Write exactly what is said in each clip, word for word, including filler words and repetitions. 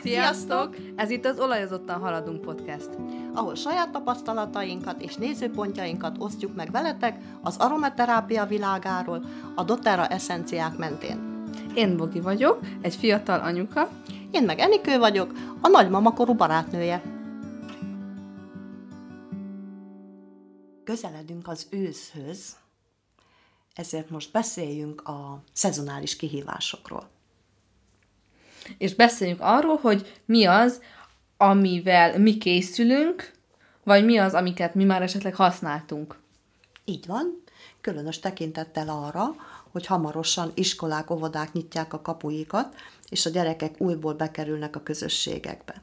Sziasztok! Ez itt az Olajozottan Haladunk podcast, ahol saját tapasztalatainkat és nézőpontjainkat osztjuk meg veletek az aromaterápia világáról a doTERRA eszenciák mentén. Én Bogi vagyok, egy fiatal anyuka. Én meg Enikő vagyok, a nagymamakorú barátnője. Közeledünk az őszhöz, ezért most beszéljünk a szezonális kihívásokról. És beszéljünk arról, hogy mi az, amivel mi készülünk, vagy mi az, amiket mi már esetleg használtunk. Így van, különös tekintettel arra, hogy hamarosan iskolák, óvodák nyitják a kapuikat, és a gyerekek újból bekerülnek a közösségekbe.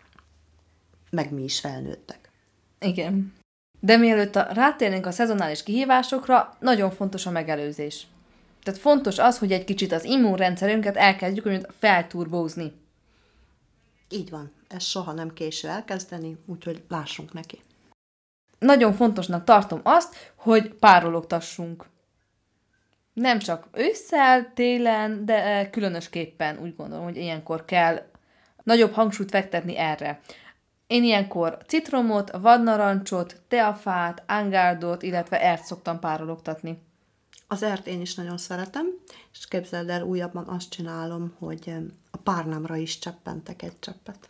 Meg mi is felnőttek. Igen. De mielőtt a, rátérnénk a szezonális kihívásokra, nagyon fontos a megelőzés. Tehát fontos az, hogy egy kicsit az immunrendszerünket elkezdjük úgy felturbózni. Így van. Ez soha nem késő elkezdeni, úgyhogy lássunk neki. Nagyon fontosnak tartom azt, hogy párologtassunk. Nem csak ősszel, télen, de különösképpen úgy gondolom, hogy ilyenkor kell nagyobb hangsúlyt fektetni erre. Én ilyenkor citromot, vadnarancsot, teafát, angárdot, illetve ert szoktam párologtatni. Az ert én is nagyon szeretem, és képzeld el, újabban azt csinálom, hogy a párnámra is cseppentek egy cseppet.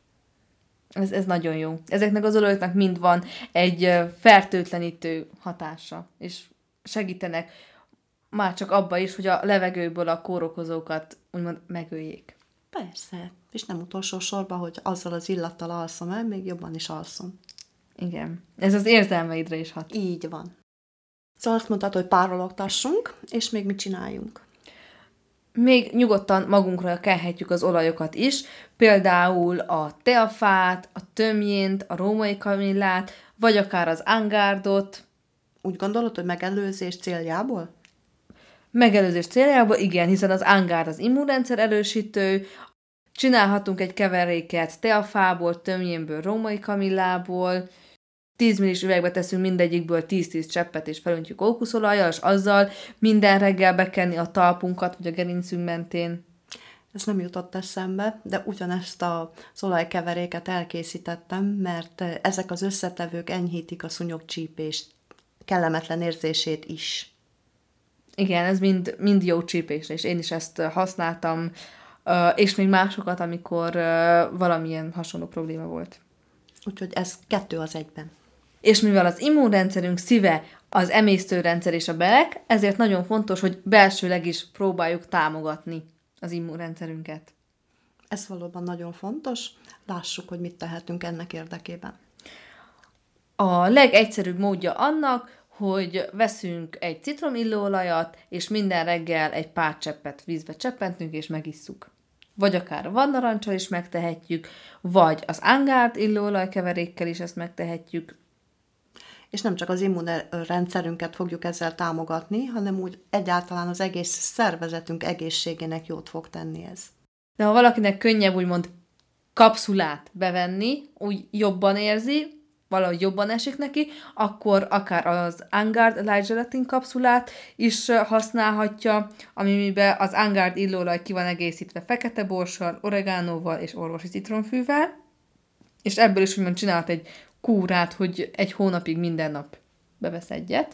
Ez, ez nagyon jó. Ezeknek az olajoknak mind van egy fertőtlenítő hatása, és segítenek már csak abba is, hogy a levegőből a kórokozókat úgymond megöljék. Persze, és nem utolsó sorban, hogy azzal az illattal alszom el, még jobban is alszom. Igen, ez az érzelmeidre is hat. Így van. Szóval azt mondtad, hogy párologtassunk, és még mit csináljunk? Még nyugodtan magunkra kelhetjük az olajokat is, például a teafát, a tömjént, a római kamillát, vagy akár az angárdot. Úgy gondolod, hogy megelőzés céljából? Megelőzés céljából, igen, hiszen az angárd az immunrendszer erősítő, csinálhatunk egy keveréket teafából, tömjénből, római kamillából, tíz millis üvegbe teszünk mindegyikből tíz-tíz cseppet, és felöntjük kókuszolajjal, és azzal minden reggel bekenni a talpunkat, vagy a gerincünk mentén. Ez nem jutott eszembe, de ugyanezt az olajkeveréket elkészítettem, mert ezek az összetevők enyhítik a szúnyogcsípést, kellemetlen érzését is. Igen, ez mind, mind jó csípésre, és én is ezt használtam, és még másokat, amikor valamilyen hasonló probléma volt. Úgyhogy ez kettő az egyben. És mivel az immunrendszerünk szíve az emésztőrendszer és a belek, ezért nagyon fontos, hogy belsőleg is próbáljuk támogatni az immunrendszerünket. Ez valóban nagyon fontos. Lássuk, hogy mit tehetünk ennek érdekében. A legegyszerűbb módja annak, hogy veszünk egy citromillóolajat, és minden reggel egy pár cseppet vízbe cseppentünk, és megisszuk. Vagy akár a vadnarancsal is megtehetjük, vagy az angárd illóolaj keverékkel is ezt megtehetjük. És nem csak az immunrendszerünket fogjuk ezzel támogatni, hanem úgy egyáltalán az egész szervezetünk egészségének jót fog tenni ez. De ha valakinek könnyebb úgymond kapszulát bevenni, úgy jobban érzi, valahogy jobban esik neki, akkor akár az Angárd Light Gelatin kapszulát is használhatja, amiben az Angárd illóolaj ki van egészítve fekete borssal, oregánóval és orvosi citromfűvel, és ebből is úgymond csinálhat egy kúrát, hogy egy hónapig minden nap bevesz egyet.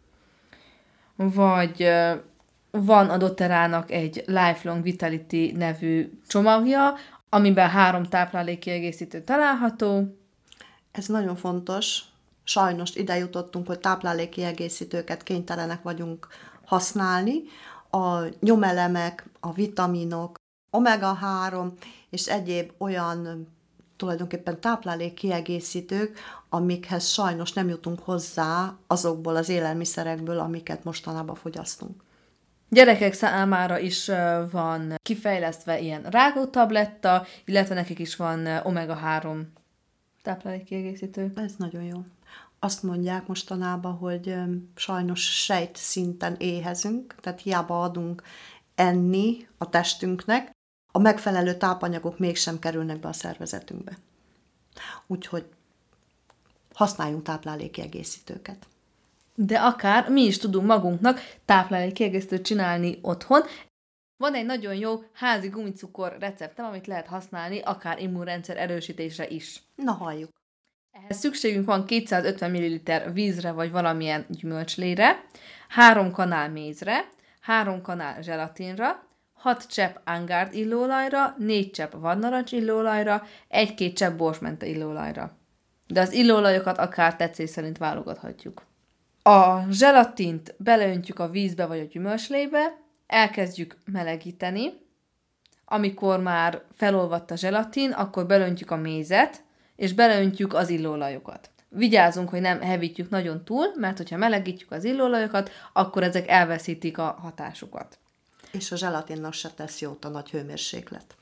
Vagy van a doTERRA-nak egy Lifelong Vitality nevű csomagja, amiben három táplálékkiegészítő található. Ez nagyon fontos. Sajnos ide jutottunk, hogy táplálékkiegészítőket kénytelenek vagyunk használni. A nyomelemek, a vitaminok, omega három és egyéb olyan tulajdonképpen táplálékkiegészítők, amikhez sajnos nem jutunk hozzá azokból az élelmiszerekből, amiket mostanában fogyasztunk. Gyerekek számára is van kifejlesztve ilyen rágótabletta, illetve nekik is van omega három táplálékkiegészítő. Ez nagyon jó. Azt mondják mostanában, hogy sajnos sejt szinten éhezünk, tehát hiába adunk enni a testünknek, a megfelelő tápanyagok mégsem kerülnek be a szervezetünkbe. Úgyhogy használjunk táplálékkiegészítőket. De akár mi is tudunk magunknak táplálékkiegészítőt csinálni otthon. Van egy nagyon jó házi gumicukor receptem, amit lehet használni, akár immunrendszer erősítésre is. Na, halljuk. Ehhez szükségünk van kétszázötven milliliter vízre, vagy valamilyen gyümölcslére, három kanál mézre, három kanál zselatinra, hat csepp angárd illóolajra, négy csepp vadnarancs illóolajra, egy-két csepp borsmente illóolajra. De az illóolajokat akár tetszés szerint válogathatjuk. A zselatint beleöntjük a vízbe vagy a gyümölcslébe, elkezdjük melegíteni. Amikor már felolvadt a zselatin, akkor beleöntjük a mézet, és beleöntjük az illóolajokat. Vigyázzunk, hogy nem hevítjük nagyon túl, mert hogyha melegítjük az illóolajokat, akkor ezek elveszítik a hatásukat. És a zselatinnak se tesz jót a nagy hőmérséklet.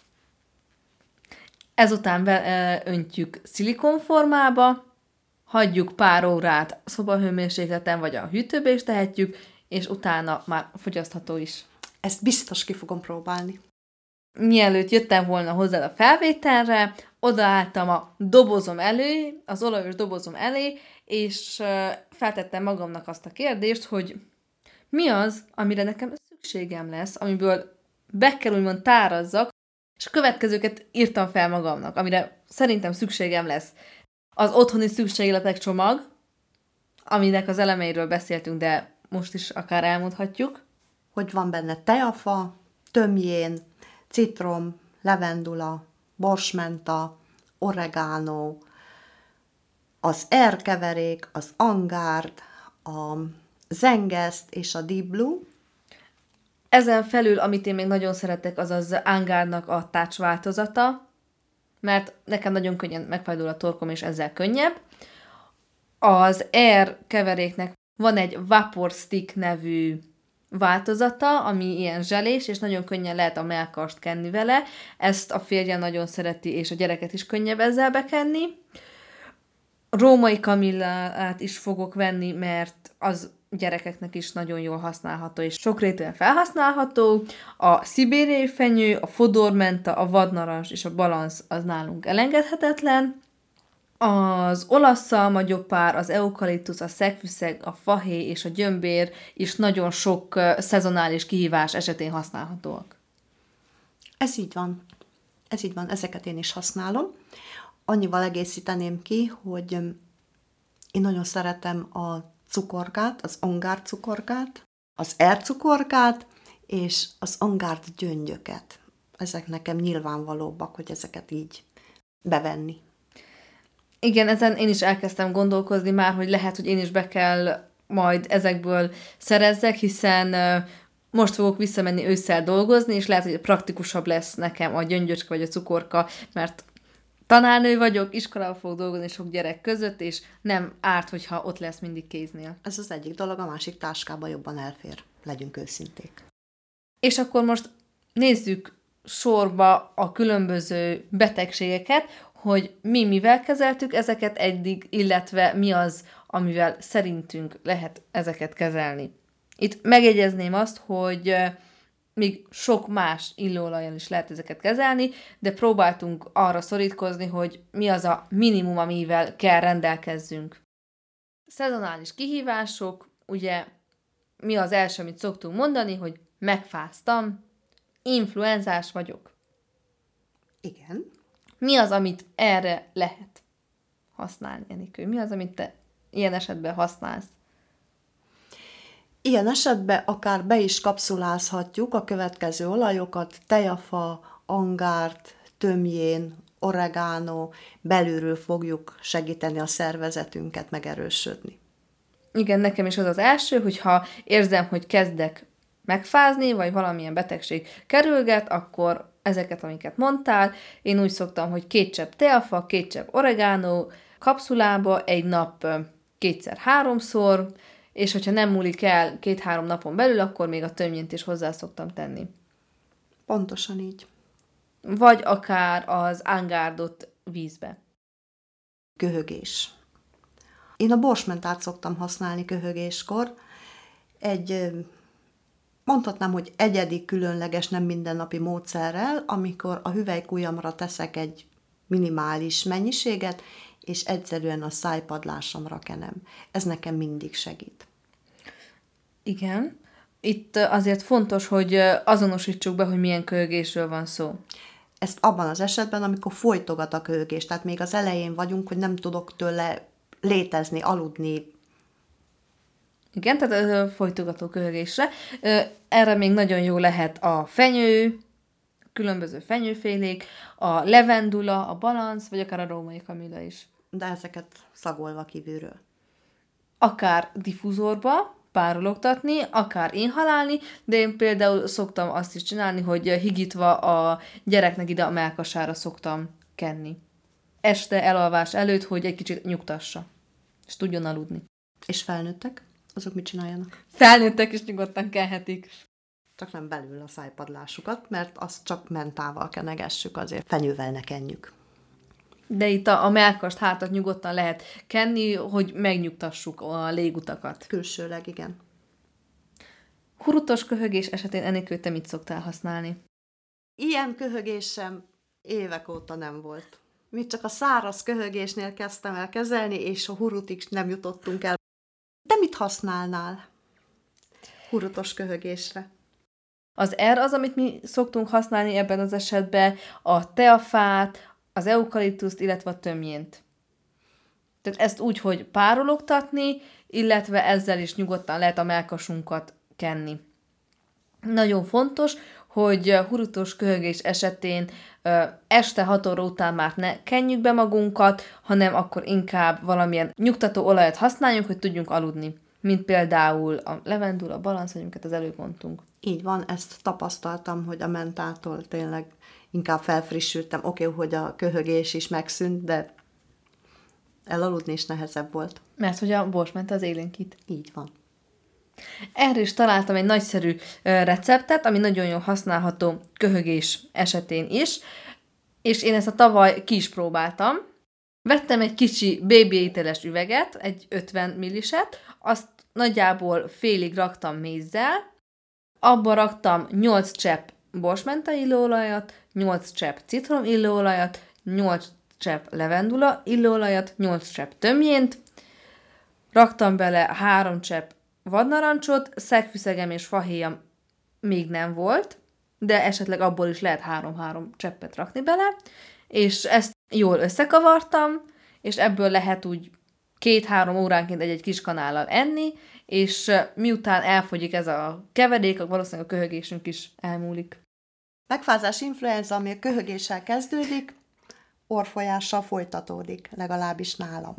Ezután beöntjük szilikonformába, hagyjuk pár órát szobahőmérsékleten, vagy a hűtőbe is tehetjük, és utána már fogyasztható is. Ezt biztos ki fogom próbálni. Mielőtt jöttem volna hozzá a felvételre, odaálltam a dobozom elé, az olajos dobozom elé, és feltettem magamnak azt a kérdést, hogy mi az, amire nekem szükségem lesz, amiből be kell úgymond tárazzak, és a következőket írtam fel magamnak, amire szerintem szükségem lesz. Az otthoni szükségletek csomag, aminek az elemeiről beszéltünk, de most is akár elmondhatjuk. Hogy van benne teafa, tömjén, citrom, levendula, borsmenta, oregano, az erkeverék, az angárd, a zengeszt és a deep blue. Ezen felül, amit én még nagyon szeretek, az az angárdnak a touch változata, mert nekem nagyon könnyen megfájdul a torkom, és ezzel könnyebb. Az Air keveréknek van egy Vapor Stick nevű változata, ami ilyen zselés, és nagyon könnyen lehet a mellkast kenni vele. Ezt a férjem nagyon szereti, és a gyereket is könnyebb ezzel bekenni. Római kamillát is fogok venni, mert az gyerekeknek is nagyon jól használható, és sokrétűen felhasználható. A szibériai fenyő, a fodormenta, a vadnarancs és a balansz az nálunk elengedhetetlen. Az olasz szalmagyopár, az eukaliptusz, a szegfűszeg, a fahéj és a gyömbér is nagyon sok szezonális kihívás esetén használhatóak. Ez így van. Ez így van, ezeket én is használom. Annyival egészíteném ki, hogy én nagyon szeretem a cukorkát, az angárd cukorkát, az ercukorkát és az angárd gyöngyöket. Ezek nekem nyilvánvalóbbak, hogy ezeket így bevenni. Igen, ezen én is elkezdtem gondolkozni már, hogy lehet, hogy én is be kell majd ezekből szerezzek, hiszen most fogok visszamenni ősszel dolgozni, és lehet, hogy praktikusabb lesz nekem a gyöngyöcske vagy a cukorka, mert tanárnő vagyok, iskolában fogok dolgozni sok gyerek között, és nem árt, hogyha ott lesz mindig kéznél. Ez az egyik dolog, a másik táskába jobban elfér. Legyünk őszinték. És akkor most nézzük sorba a különböző betegségeket, hogy mi mivel kezeltük ezeket eddig, illetve mi az, amivel szerintünk lehet ezeket kezelni. Itt megjegyezném azt, hogy még sok más illóolajjal is lehet ezeket kezelni, de próbáltunk arra szorítkozni, hogy mi az a minimum, amivel kell rendelkezzünk. Szezonális kihívások, ugye mi az első, amit szoktunk mondani, hogy megfáztam, influenzás vagyok. Igen. Mi az, amit erre lehet használni, Enikő? Mi az, amit te ilyen esetben használsz? Ilyen esetben akár be is kapszulázhatjuk a következő olajokat, tejafa, angárd, tömjén, oregano, belülről fogjuk segíteni a szervezetünket megerősödni. Igen, nekem is az az első, hogyha érzem, hogy kezdek megfázni, vagy valamilyen betegség kerülget, akkor ezeket, amiket mondtál, én úgy szoktam, hogy két csepp teafa, két csepp oregano kapszulába, egy nap kétszer-háromszor, és hogyha nem múlik el két-három napon belül, akkor még a tömjént is hozzá szoktam tenni. Pontosan így. Vagy akár az angárdot vízbe. Köhögés. Én a borsmentát szoktam használni köhögéskor. Egy, mondhatnám, hogy egyedi, különleges, nem mindennapi módszerrel, amikor a hüvelykujjamra teszek egy minimális mennyiséget, és egyszerűen a szájpadlásomra kenem. Ez nekem mindig segít. Igen. Itt azért fontos, hogy azonosítsuk be, hogy milyen köhögésről van szó. Ezt abban az esetben, amikor folytogat a köhögés, tehát még az elején vagyunk, hogy nem tudok tőle létezni, aludni. Igen, tehát ö, folytogató köhögésre. Ö, Erre még nagyon jó lehet a fenyő, különböző fenyőfélék, a levendula, a balansz, vagy akár a római kamilla is. De ezeket szagolva kívülről. Akár diffúzorba párologtatni, akár inhalálni, de én például szoktam azt is csinálni, hogy higítva a gyereknek ide a mellkasára szoktam kenni. Este elalvás előtt, hogy egy kicsit nyugtassa, és tudjon aludni. És felnőttek? Azok mit csináljanak? Felnőttek is nyugodtan kelhetik. Csak nem belül a szájpadlásukat, mert azt csak mentával kenegessük, azért fenyővel ne kenjük. De itt a, a mellkast, hátat nyugodtan lehet kenni, hogy megnyugtassuk a légutakat. Külsőleg, igen. Hurutos köhögés esetén Enikő, te mit szoktál használni? Ilyen köhögésem évek óta nem volt. Mi csak a száraz köhögésnél kezdtem el kezelni, és a hurutig nem jutottunk el. De mit használnál hurutos köhögésre? Az R az, amit mi szoktunk használni ebben az esetben, a teafát, az eukaliptuszt, illetve a tömjént. Tehát ezt úgy, hogy párologtatni, illetve ezzel is nyugodtan lehet a mellkasunkat kenni. Nagyon fontos, hogy hurutos köhögés esetén ö, este hat óra után már ne kenjük be magunkat, hanem akkor inkább valamilyen nyugtató olajat használjunk, hogy tudjunk aludni. Mint például a levendula, a balansz, vagy amiket az előbb mondtunk. Így van, ezt tapasztaltam, hogy a mentától tényleg inkább felfrissültem. Oké, okay, hogy a köhögés is megszűnt, de elaludni is nehezebb volt. Mert hogy a borsmenta az élénkít. Így van. Erre is találtam egy nagyszerű receptet, ami nagyon jól használható köhögés esetén is, és én ezt a tavaly ki is próbáltam. Vettem egy kicsi bébi ételes üveget, egy ötven milliset, azt nagyjából félig raktam mézzel, abba raktam nyolc csepp borsmenta illóolajat, nyolc csepp citrom illóolajat, nyolc csepp levendula illóolajat, nyolc csepp tömjént, raktam bele három csepp vadnarancsot, szegfűszegem és fahéjam még nem volt, de esetleg abból is lehet három-három cseppet rakni bele, és ezt jól összekavartam, és ebből lehet úgy két-három óránként egy-egy kis kanállal enni, és miután elfogyik ez a keverék, valószínűleg a köhögésünk is elmúlik. Megfázás influenza, ami a köhögéssel kezdődik, orrfolyással folytatódik, legalábbis nálam.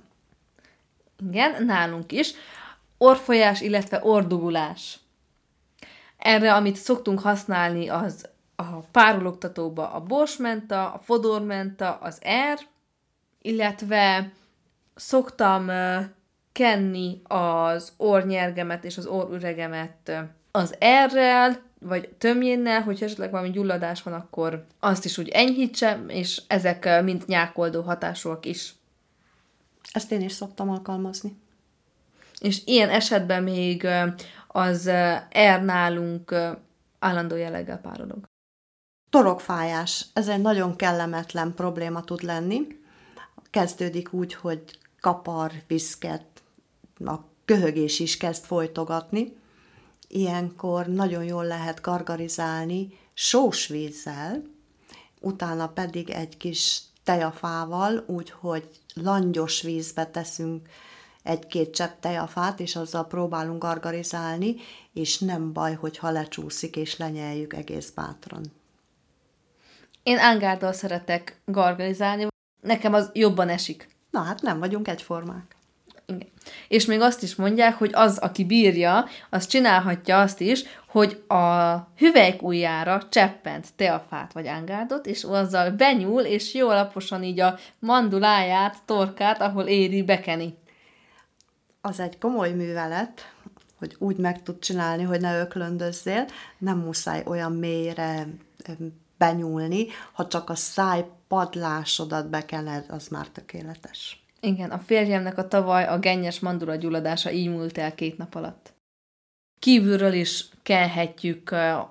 Igen, nálunk is. Orrfolyás, illetve orrdugulás. Erre, amit szoktunk használni, az a párologtatóba a borsmenta, a fodormenta, az R, illetve szoktam uh, kenni az orrnyergemet és az orrüregemet uh, az R-rel, vagy tömjénnel, hogyha esetleg valami gyulladás van, akkor azt is úgy enyhítsem, és ezek uh, mind nyákoldó hatásúak is. Ezt én is szoktam alkalmazni. És ilyen esetben még az R nálunk állandó jelleggel párolog. Torokfájás. Ez egy nagyon kellemetlen probléma tud lenni. Kezdődik úgy, hogy kapar, viszket, a köhögés is kezd folytogatni. Ilyenkor nagyon jól lehet gargarizálni sós vízzel, utána pedig egy kis tejafával, úgyhogy langyos vízbe teszünk egy-két csepp tejafát, és azzal próbálunk gargarizálni, és nem baj, hogyha lecsúszik, és lenyeljük egész bátran. Én ángárdal szeretek gargarizálni, nekem az jobban esik. Na hát nem vagyunk egyformák. Igen. És még azt is mondják, hogy az, aki bírja, az csinálhatja azt is, hogy a hüvelykujjára cseppent teafát vagy ángárdot, és azzal benyúl, és jó alaposan így a manduláját, torkát, ahol éri, bekeni. Az egy komoly művelet, hogy úgy meg tud csinálni, hogy ne öklöndözzél, nem muszáj olyan mélyre benyúlni, ha csak a száj padlásodat bekened, az már tökéletes. Igen, a férjemnek a tavaly a gennyes mandula gyulladása így múlt el két nap alatt. Kívülről is kenhetjük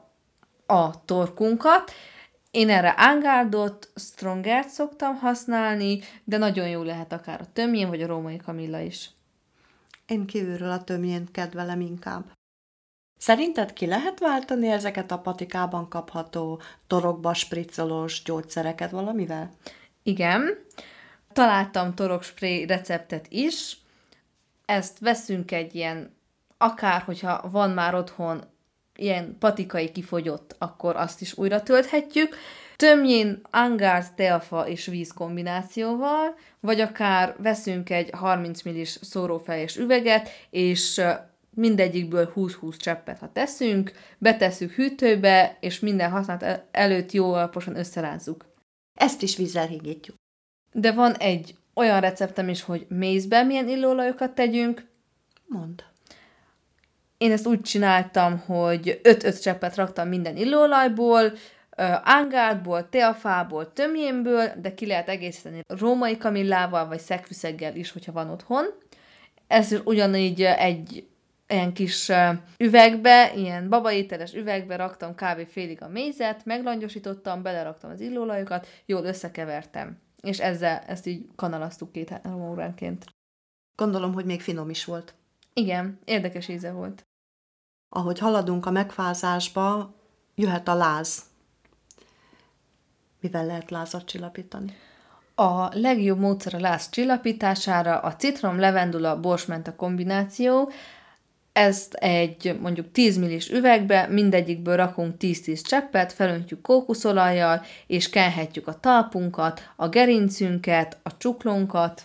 a torkunkat. Én erre ángárdot, strongert szoktam használni, de nagyon jó lehet akár a tömjén, vagy a római kamilla is. Én kívülről a tömjént kedvelem inkább. Szerinted ki lehet váltani ezeket a patikában kapható torokba spriccolós gyógyszereket valamivel? Igen. Találtam torokspray receptet is. Ezt veszünk egy ilyen, akár hogyha van már otthon ilyen patikai kifogyott, akkor azt is újra tölthetjük. Tömjén, angárd, teafa és víz kombinációval, vagy akár veszünk egy harminc millis szórófejes üveget, és mindegyikből húsz-húsz cseppet, ha teszünk, betesszük hűtőbe, és minden használat előtt jól alaposan összerázzuk. Ezt is vízzel higítjuk. De van egy olyan receptem is, hogy mézbe milyen illóolajokat tegyünk. Mondd. Én ezt úgy csináltam, hogy öt-öt cseppet raktam minden illóolajból, angárdból, teafából, tömjénből, de ki lehet egészíteni római kamillával, vagy szegfűszeggel is, hogyha van otthon. Ez ugyanígy egy ilyen kis üvegbe, ilyen babaételes üvegbe raktam kb. Félig a mézet, meglangyosítottam, beleraktam az illóolajokat, jól összekevertem. És ezzel ezt így kanalaztuk két-három óránként. Gondolom, hogy még finom is volt. Igen, érdekes íze volt. Ahogy haladunk a megfázásba, jöhet a láz. Mivel lehet lázat csillapítani? A legjobb módszer a láz csillapítására a citrom, levendula, borsmenta kombináció. Ezt egy mondjuk tíz millis üvegbe, mindegyikből rakunk tíz-tíz cseppet, felöntjük kókuszolajjal, és kenhetjük a talpunkat, a gerincünket, a csuklónkat.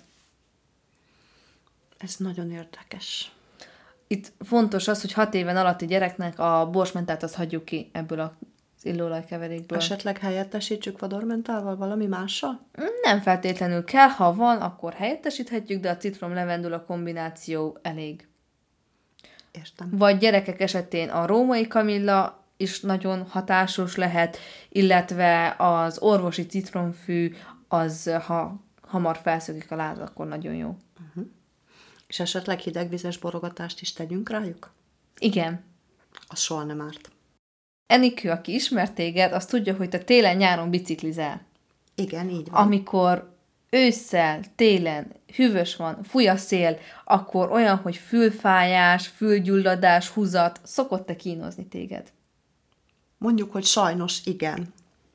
Ez nagyon érdekes. Itt fontos az, hogy hat éven alatti gyereknek a borsmentát azt hagyjuk ki ebből az illóolajkeverékből. Esetleg helyettesítsük vadormentával, valami mással? Nem feltétlenül kell, ha van, akkor helyettesíthetjük, de a citrom-levendula kombináció elég. Értem. Vagy gyerekek esetén a római kamilla is nagyon hatásos lehet, illetve az orvosi citromfű, az ha hamar felszökik a láz, akkor nagyon jó. Uh-huh. És esetleg hidegvizes borogatást is tegyünk rájuk? Igen. Az soha nem árt. Enikő, aki ismer téged, az tudja, hogy te télen-nyáron biciklizel. Igen, így van. Amikor ősszel, télen hűvös van, fúj a szél, akkor olyan, hogy fülfájás, fülgyulladás, húzat szokott-e kínozni téged? Mondjuk, hogy sajnos igen.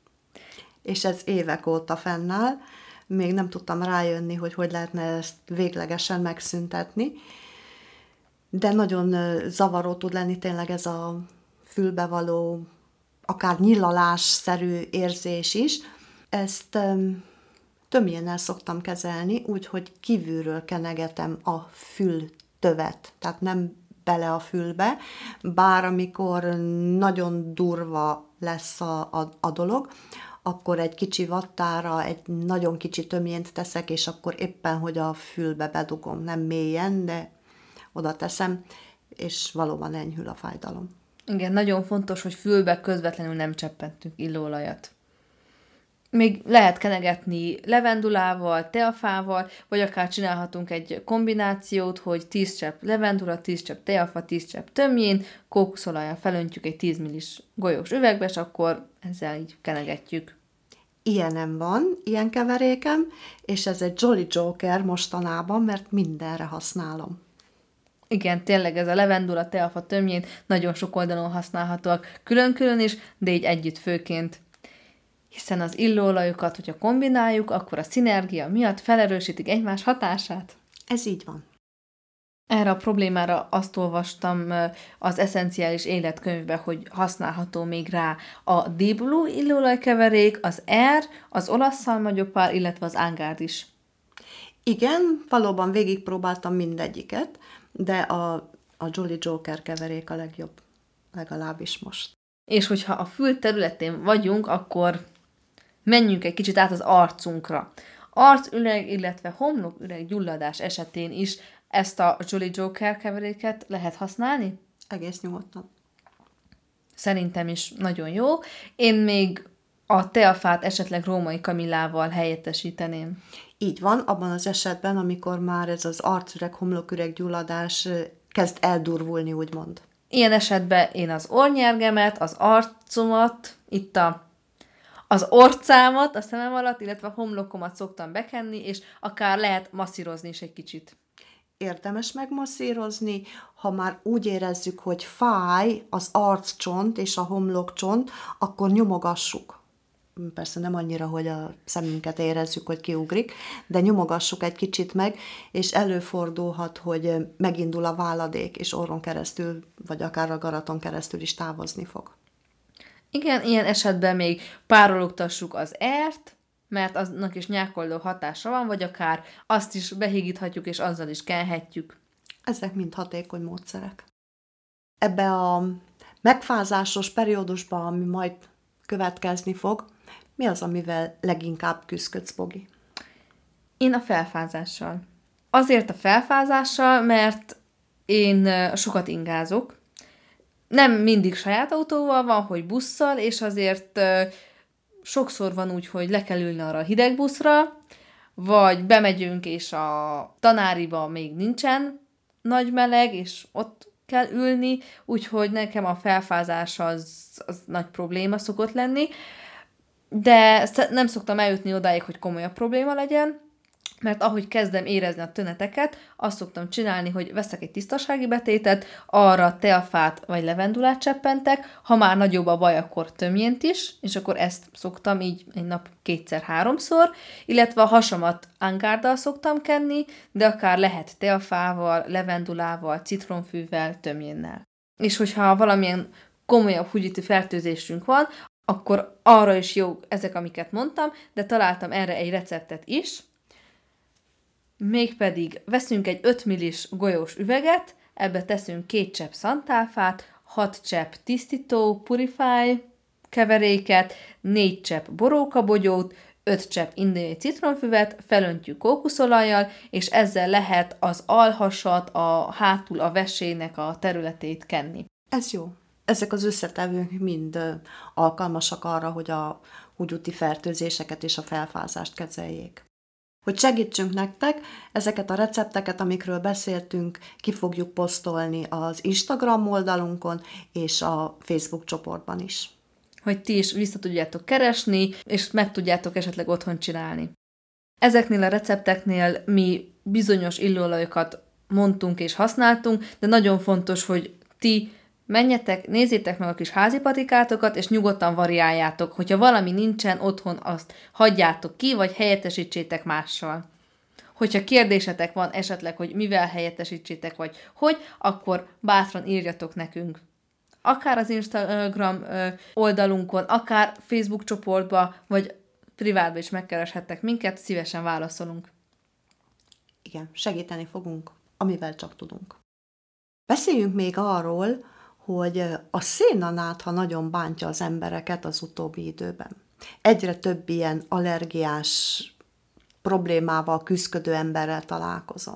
És ez évek óta fennáll. Még nem tudtam rájönni, hogy hogy lehetne ezt véglegesen megszüntetni. De nagyon zavaró tud lenni tényleg ez a fülbe való, akár nyilalásszerű érzés is. Ezt tömjénnel szoktam kezelni, úgyhogy kívülről kenegetem a fültövet, tehát nem bele a fülbe, bár amikor nagyon durva lesz a, a, a dolog, akkor egy kicsi vattára egy nagyon kicsi tömjént teszek, és akkor éppen, hogy a fülbe bedugom, nem mélyen, de oda teszem, és valóban enyhül a fájdalom. Igen, nagyon fontos, hogy fülbe közvetlenül nem cseppentünk illóolajat. Még lehet kenegetni levendulával, teafával, vagy akár csinálhatunk egy kombinációt, hogy tíz csepp levendula, tíz csepp teafa, tíz csepp tömjén, kókuszolajjal felöntjük egy tíz millis golyós üvegbe, és akkor ezzel így kenegetjük. Ilyenem van, ilyen keverékem, és ez egy Jolly Joker mostanában, mert mindenre használom. Igen, tényleg ez a levendula, teafa tömjén nagyon sok oldalon használhatóak, külön-külön is, de így együtt főként. Hiszen az illóolajokat, hogyha kombináljuk, akkor a szinergia miatt felerősítik egymás hatását. Ez így van. Erre a problémára azt olvastam az Eszenciális Életkönyvben, hogy használható még rá a Deep Blue illóolajkeverék, az R, az olasz szalmagyopár, illetve az angárd is. Igen, valóban végigpróbáltam mindegyiket, de a, a Jolly Joker keverék a legjobb, legalábbis most. És hogyha a fül területén vagyunk, akkor menjünk egy kicsit át az arcunkra. Arcüreg, illetve homloküreg gyulladás esetén is ezt a Jolly Joker keveréket lehet használni? Egész nyugodtan. Szerintem is nagyon jó. Én még a teafát esetleg római kamillával helyettesíteném. Így van, abban az esetben, amikor már ez az arcüreg, homloküreg gyulladás kezd eldurvulni, úgymond. Ilyen esetben én az orrnyergemet, az arcomat, itt a, az orcámat a szemem alatt, illetve a homlokomat szoktam bekenni, és akár lehet masszírozni is egy kicsit. érdemes megmasszírozni, ha már úgy érezzük, hogy fáj az arccsont és a homlokcsont, akkor nyomogassuk. Persze nem annyira, hogy a szemünket érezzük, hogy kiugrik, de nyomogassuk egy kicsit meg, és előfordulhat, hogy megindul a váladék, és orron keresztül, vagy akár a garaton keresztül is távozni fog. Igen, ilyen esetben még párologtassuk az ert, mert aznak is nyákoldó hatása van, vagy akár azt is behígíthatjuk, és azzal is kenhetjük. Ezek mind hatékony módszerek. Ebbe a megfázásos periódusban, ami majd következni fog, mi az, amivel leginkább küzdködsz, Bogi? Én a felfázással. Azért a felfázással, mert én sokat ingázok. Nem mindig saját autóval van, hogy busszal, és azért sokszor van úgy, hogy le kell ülni arra a hideg buszra, vagy bemegyünk, és a tanáriba még nincsen nagy meleg, és ott kell ülni, úgyhogy nekem a felfázás az, az nagy probléma szokott lenni, de nem szoktam eljutni odáig, hogy komolyabb probléma legyen, mert ahogy kezdem érezni a tüneteket, azt szoktam csinálni, hogy veszek egy tisztasági betétet, arra teafát vagy levendulát cseppentek, ha már nagyobb a baj, akkor tömjént is, és akkor ezt szoktam így egy nap kétszer-háromszor, illetve a hasamat angárddal szoktam kenni, de akár lehet teafával, levendulával, citronfűvel, tömjénnel. És hogyha valamilyen komolyabb húgyítő fertőzésünk van, akkor arra is jó ezek, amiket mondtam, de találtam erre egy receptet is. Mégpedig veszünk egy öt millis golyós üveget, ebbe teszünk két csepp szantáfát, hat csepp tisztító, purify keveréket, négy csepp borókabogyót, öt csepp indiai citronfüvet, felöntjük kókuszolajjal, és ezzel lehet az alhasat, a hátul a vesének a területét kenni. Ez jó. Ezek az összetevők mind alkalmasak arra, hogy a húgyúti fertőzéseket és a felfázást kezeljék. Hogy segítsünk nektek, ezeket a recepteket, amikről beszéltünk, ki fogjuk posztolni az Instagram oldalunkon és a Facebook csoportban is. Hogy ti is vissza tudjátok keresni, és meg tudjátok esetleg otthon csinálni. Ezeknél a recepteknél mi bizonyos illóolajokat mondtunk és használtunk, de nagyon fontos, hogy ti menjetek, nézzétek meg a kis házi patikátokat, és nyugodtan variáljátok. Hogyha valami nincsen otthon, azt hagyjátok ki, vagy helyettesítsétek mással. Hogyha kérdésetek van esetleg, hogy mivel helyettesítsétek, vagy hogy, akkor bátran írjatok nekünk. Akár az Instagram oldalunkon, akár Facebook csoportba, vagy privátban is megkereshettek minket, szívesen válaszolunk. Igen, segíteni fogunk, amivel csak tudunk. Beszéljünk még arról, hogy a szénanátha nagyon bántja az embereket az utóbbi időben. Egyre több ilyen allergiás problémával küzdködő emberrel találkozom.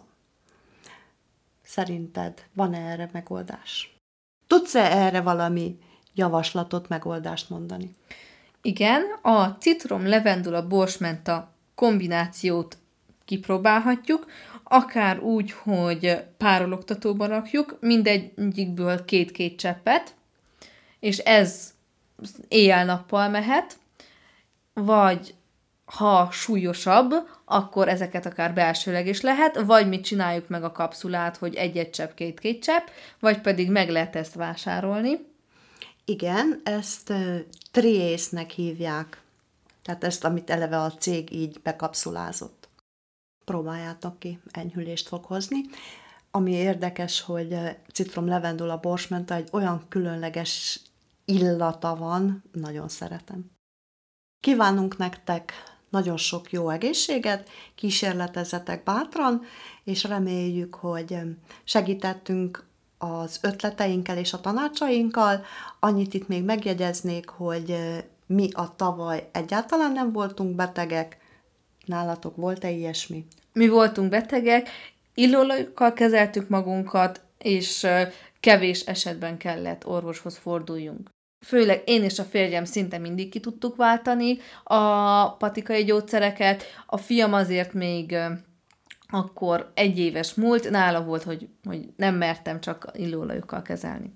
Szerinted van-e erre megoldás? Tudsz-e erre valami javaslatot, megoldást mondani? Igen, a citrom-levendula borsmenta kombinációt kipróbálhatjuk, akár úgy, hogy párologtatóba rakjuk, mindegyikből két-két cseppet, és ez éjjel-nappal mehet, vagy ha súlyosabb, akkor ezeket akár belsőleg is lehet, vagy mi csináljuk meg a kapszulát, hogy egy-egy csepp, két-két csepp, vagy pedig meg lehet ezt vásárolni. Igen, ezt uh, triésznek hívják, tehát ezt, amit eleve a cég így bekapszulázott. Próbáljátok ki, enyhülést fog hozni. Ami érdekes, hogy citrom-levendula borsmenta egy olyan különleges illata van, nagyon szeretem. Kívánunk nektek nagyon sok jó egészséget, kísérletezzetek bátran, és reméljük, hogy segítettünk az ötleteinkkel és a tanácsainkkal. Annyit itt még megjegyeznék, hogy mi a tavaly egyáltalán nem voltunk betegek. Nálatok volt-e ilyesmi? Mi voltunk betegek, illóolajokkal kezeltük magunkat, és kevés esetben kellett orvoshoz forduljunk. Főleg én és a férjem szinte mindig ki tudtuk váltani a patikai gyógyszereket, a fiam azért még akkor egy éves múlt, nála volt, hogy, hogy nem mertem csak illóolajokkal kezelni.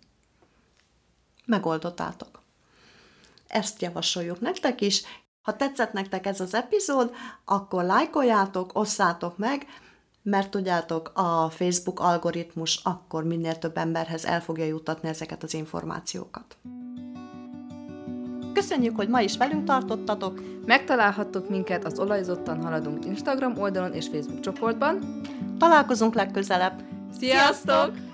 Megoldottátok. Ezt javasoljuk nektek is. Ha tetszett nektek ez az epizód, akkor lájkoljátok, osszátok meg, mert tudjátok, a Facebook algoritmus akkor minél több emberhez el fogja juttatni ezeket az információkat. Köszönjük, hogy ma is velünk tartottatok! Megtalálhattok minket az Olajzottan Haladunk Instagram oldalon és Facebook csoportban. Találkozunk legközelebb! Sziasztok!